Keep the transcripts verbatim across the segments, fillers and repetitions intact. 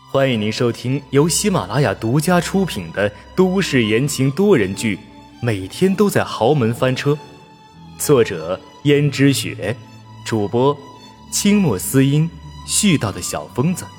欢迎您收听由喜马拉雅独家出品的都市言情多人剧《每天都在豪门翻车》，作者胭脂雪，主播清墨思音，絮叨的小疯子。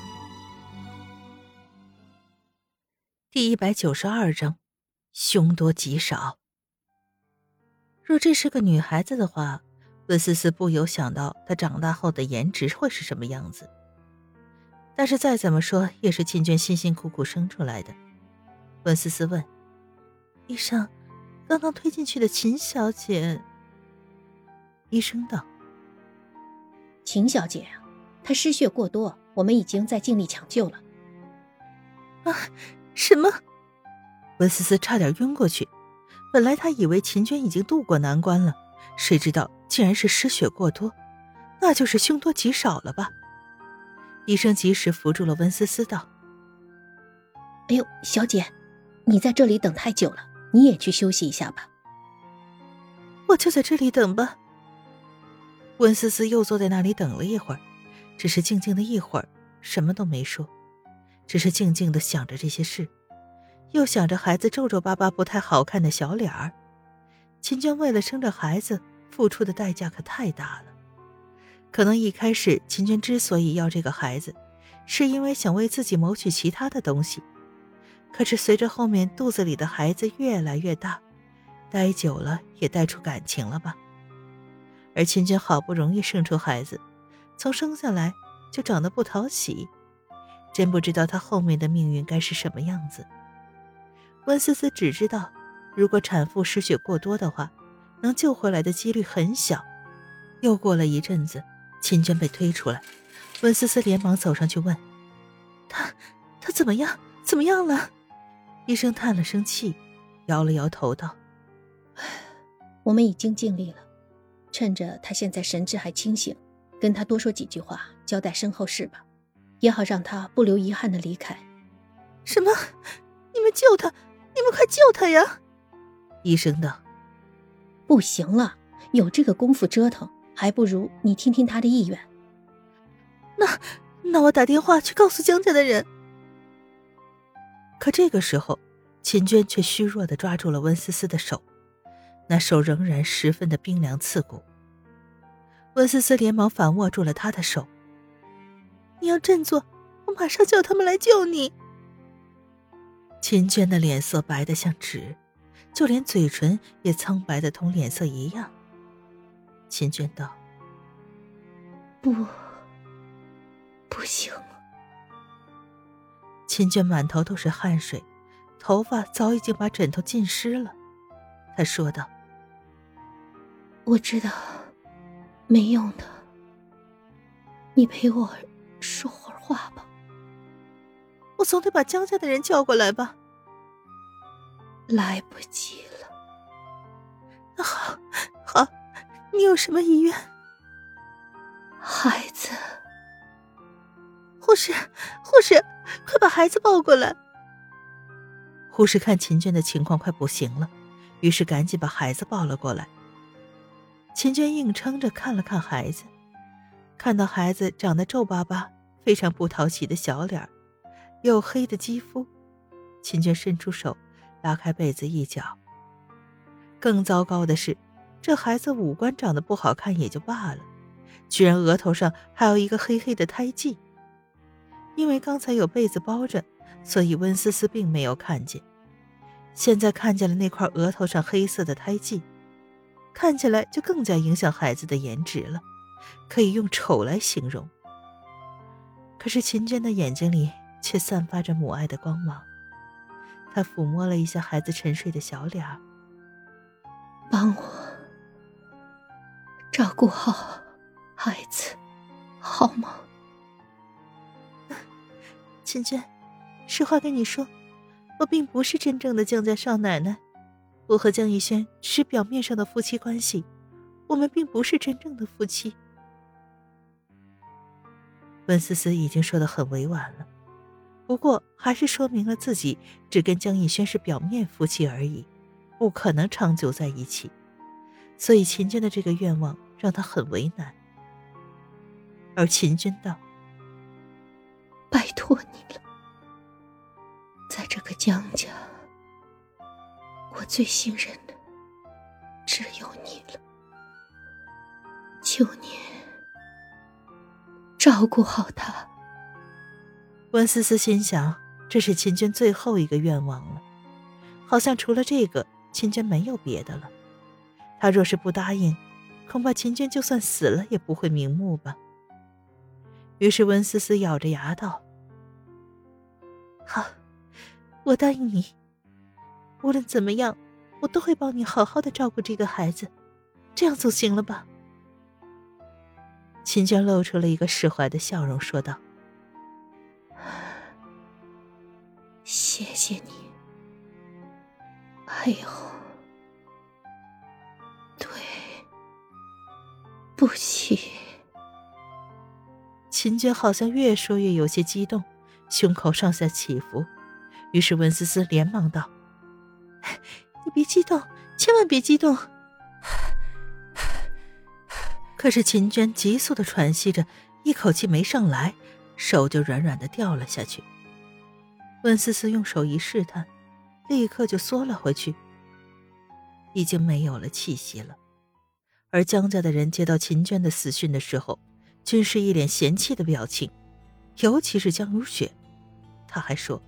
第一百九十二章，凶多吉少。若这是个女孩子的话，温思思不由想到她长大后的颜值会是什么样子。但是再怎么说也是秦娟辛辛苦苦生出来的。温思思问：医生，刚刚推进去的秦小姐？医生道： 秦小姐啊，她失血过多，我们已经在尽力抢救了。 啊，什么？温思思差点晕过去。本来她以为秦娟已经渡过难关了，谁知道竟然是失血过多，那就是凶多吉少了吧。医生及时扶住了温思思道： 哎呦，小姐，你在这里等太久了，你也去休息一下吧。 我就在这里等吧。温思思又坐在那里等了一会儿，只是静静的一会儿，什么都没说，只是静静的想着这些事，又想着孩子皱皱巴巴不太好看的小脸儿。秦娟为了生着孩子付出的代价可太大了。可能一开始秦娟之所以要这个孩子，是因为想为自己谋取其他的东西，可是随着后面肚子里的孩子越来越大，待久了也带出感情了吧。而秦娟好不容易生出孩子，从生下来就长得不讨喜，真不知道她后面的命运该是什么样子。温思思只知道，如果产妇失血过多的话，能救回来的几率很小。又过了一阵子，秦娟被推出来，温思思连忙走上去问：她她怎么样怎么样了？医生叹了声气，摇了摇头道： 我们已经尽力了，趁着她现在神志还清醒，跟她多说几句话，交代身后事吧，也好让她不留遗憾的离开。 什么？你们救她，你们快救她呀！医生道： 不行了，有这个功夫折腾，还不如你听听她的意愿。 那那我打电话去告诉江家的人。可这个时候，秦娟却虚弱地抓住了温思思的手，那手仍然十分的冰凉刺骨。温思思连忙反握住了她的手：你要振作，我马上叫他们来救你。秦娟的脸色白得像纸，就连嘴唇也苍白得同脸色一样。秦娟道： 不不行。 秦娟满头都是汗水，头发早已经把枕头浸湿了。她说道： 我知道没用的，你陪我说会儿话吧。 我总得把江家的人叫过来吧。 来不及了。 那好好，你有什么遗愿？ 孩子。 护士护士，快把孩子抱过来。护士看秦娟的情况快不行了，于是赶紧把孩子抱了过来。秦娟硬撑着看了看孩子，看到孩子长得皱巴巴，非常不讨喜的小脸，黝黑的肌肤，秦娟伸出手拉开被子一角。更糟糕的是，这孩子五官长得不好看也就罢了，居然额头上还有一个黑黑的胎记。因为刚才有被子包着，所以温思思并没有看见，现在看见了那块额头上黑色的胎记，看起来就更加影响孩子的颜值了，可以用丑来形容。可是秦娟的眼睛里却散发着母爱的光芒，她抚摸了一下孩子沉睡的小脸。 帮我照顾好孩子，好吗？ 秦娟，实话跟你说，我并不是真正的江家少奶奶，我和江逸轩只是表面上的夫妻关系，我们并不是真正的夫妻。温思思已经说得很委婉了，不过还是说明了自己只跟江逸轩是表面夫妻而已，不可能长久在一起，所以秦娟的这个愿望让她很为难。而秦娟道： 拜托你了， 这个江家，我最信任的只有你了。求你照顾好他。 温思思心想，这是秦娟最后一个愿望了，好像除了这个，秦娟没有别的了。她若是不答应，恐怕秦娟就算死了也不会瞑目吧。于是温思思咬着牙道：好，我答应你，无论怎么样，我都会帮你好好的照顾这个孩子，这样总行了吧？秦娟露出了一个释怀的笑容，说道： 谢谢你。哎呦，对不起。 秦娟好像越说越有些激动，胸口上下起伏。于是温思思连忙道：你别激动，千万别激动。可是秦娟急速地喘息着，一口气没上来，手就软软地掉了下去。温思思用手一试探，立刻就缩了回去，已经没有了气息了。而江家的人接到秦娟的死讯的时候，均是一脸嫌弃的表情，尤其是江如雪，他还说：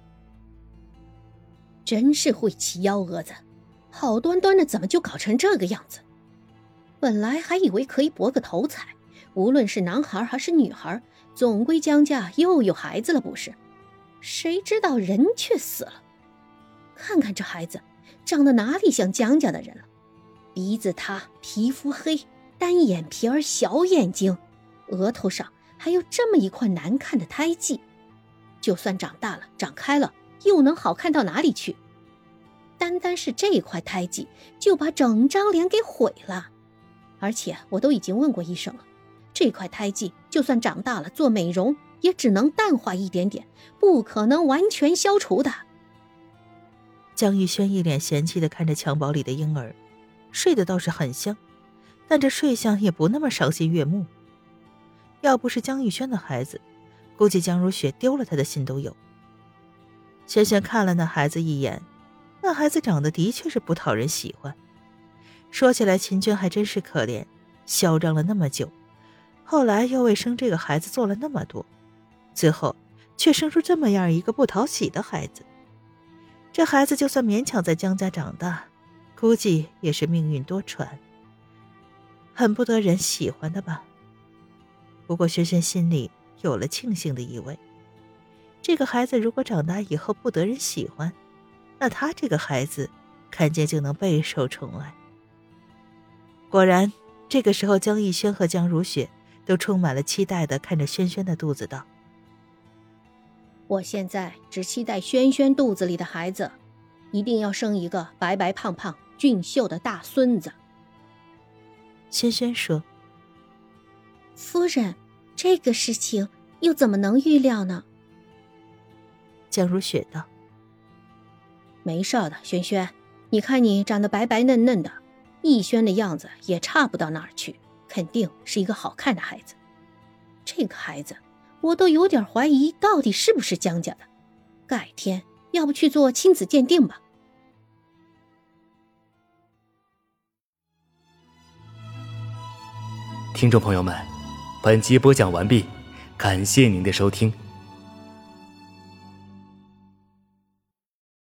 真是会起幺蛾子，好端端的怎么就搞成这个样子？本来还以为可以博个头彩，无论是男孩还是女孩，总归江家又有孩子了不是？谁知道人却死了。看看这孩子长得哪里像江家的人了，鼻子塌，皮肤黑，单眼皮儿，小眼睛，额头上还有这么一块难看的胎记，就算长大了长开了又能好看到哪里去？单单是这块胎记就把整张脸给毁了。而且我都已经问过医生了，这块胎记就算长大了做美容也只能淡化一点点，不可能完全消除的。 江玉轩一脸嫌弃地看着襁褓里的婴儿，睡得倒是很香，但这睡相也不那么赏心悦目。要不是江玉轩的孩子，估计江如雪丢了他的心都有。轩轩看了那孩子一眼，那孩子长得的确是不讨人喜欢。说起来秦娟还真是可怜，嚣张了那么久，后来又为生这个孩子做了那么多，最后却生出这么样一个不讨喜的孩子。这孩子就算勉强在江家长大，估计也是命运多舛，很不得人喜欢的吧。不过轩轩心里有了庆幸的意味，这个孩子如果长大以后不得人喜欢，那他这个孩子看见就能备受宠爱。果然，这个时候江逸轩和江如雪都充满了期待地看着轩轩的肚子道： 我现在只期待轩轩肚子里的孩子一定要生一个白白胖胖俊秀的大孙子。 轩轩说： 夫人，这个事情又怎么能预料呢？ 江如雪道： 没事的，轩轩，你看你长得白白嫩嫩的，逸轩的样子也差不到哪儿去，肯定是一个好看的孩子。这个孩子我都有点怀疑到底是不是江家的，改天要不去做亲子鉴定吧。 听众朋友们，本集播讲完毕，感谢您的收听。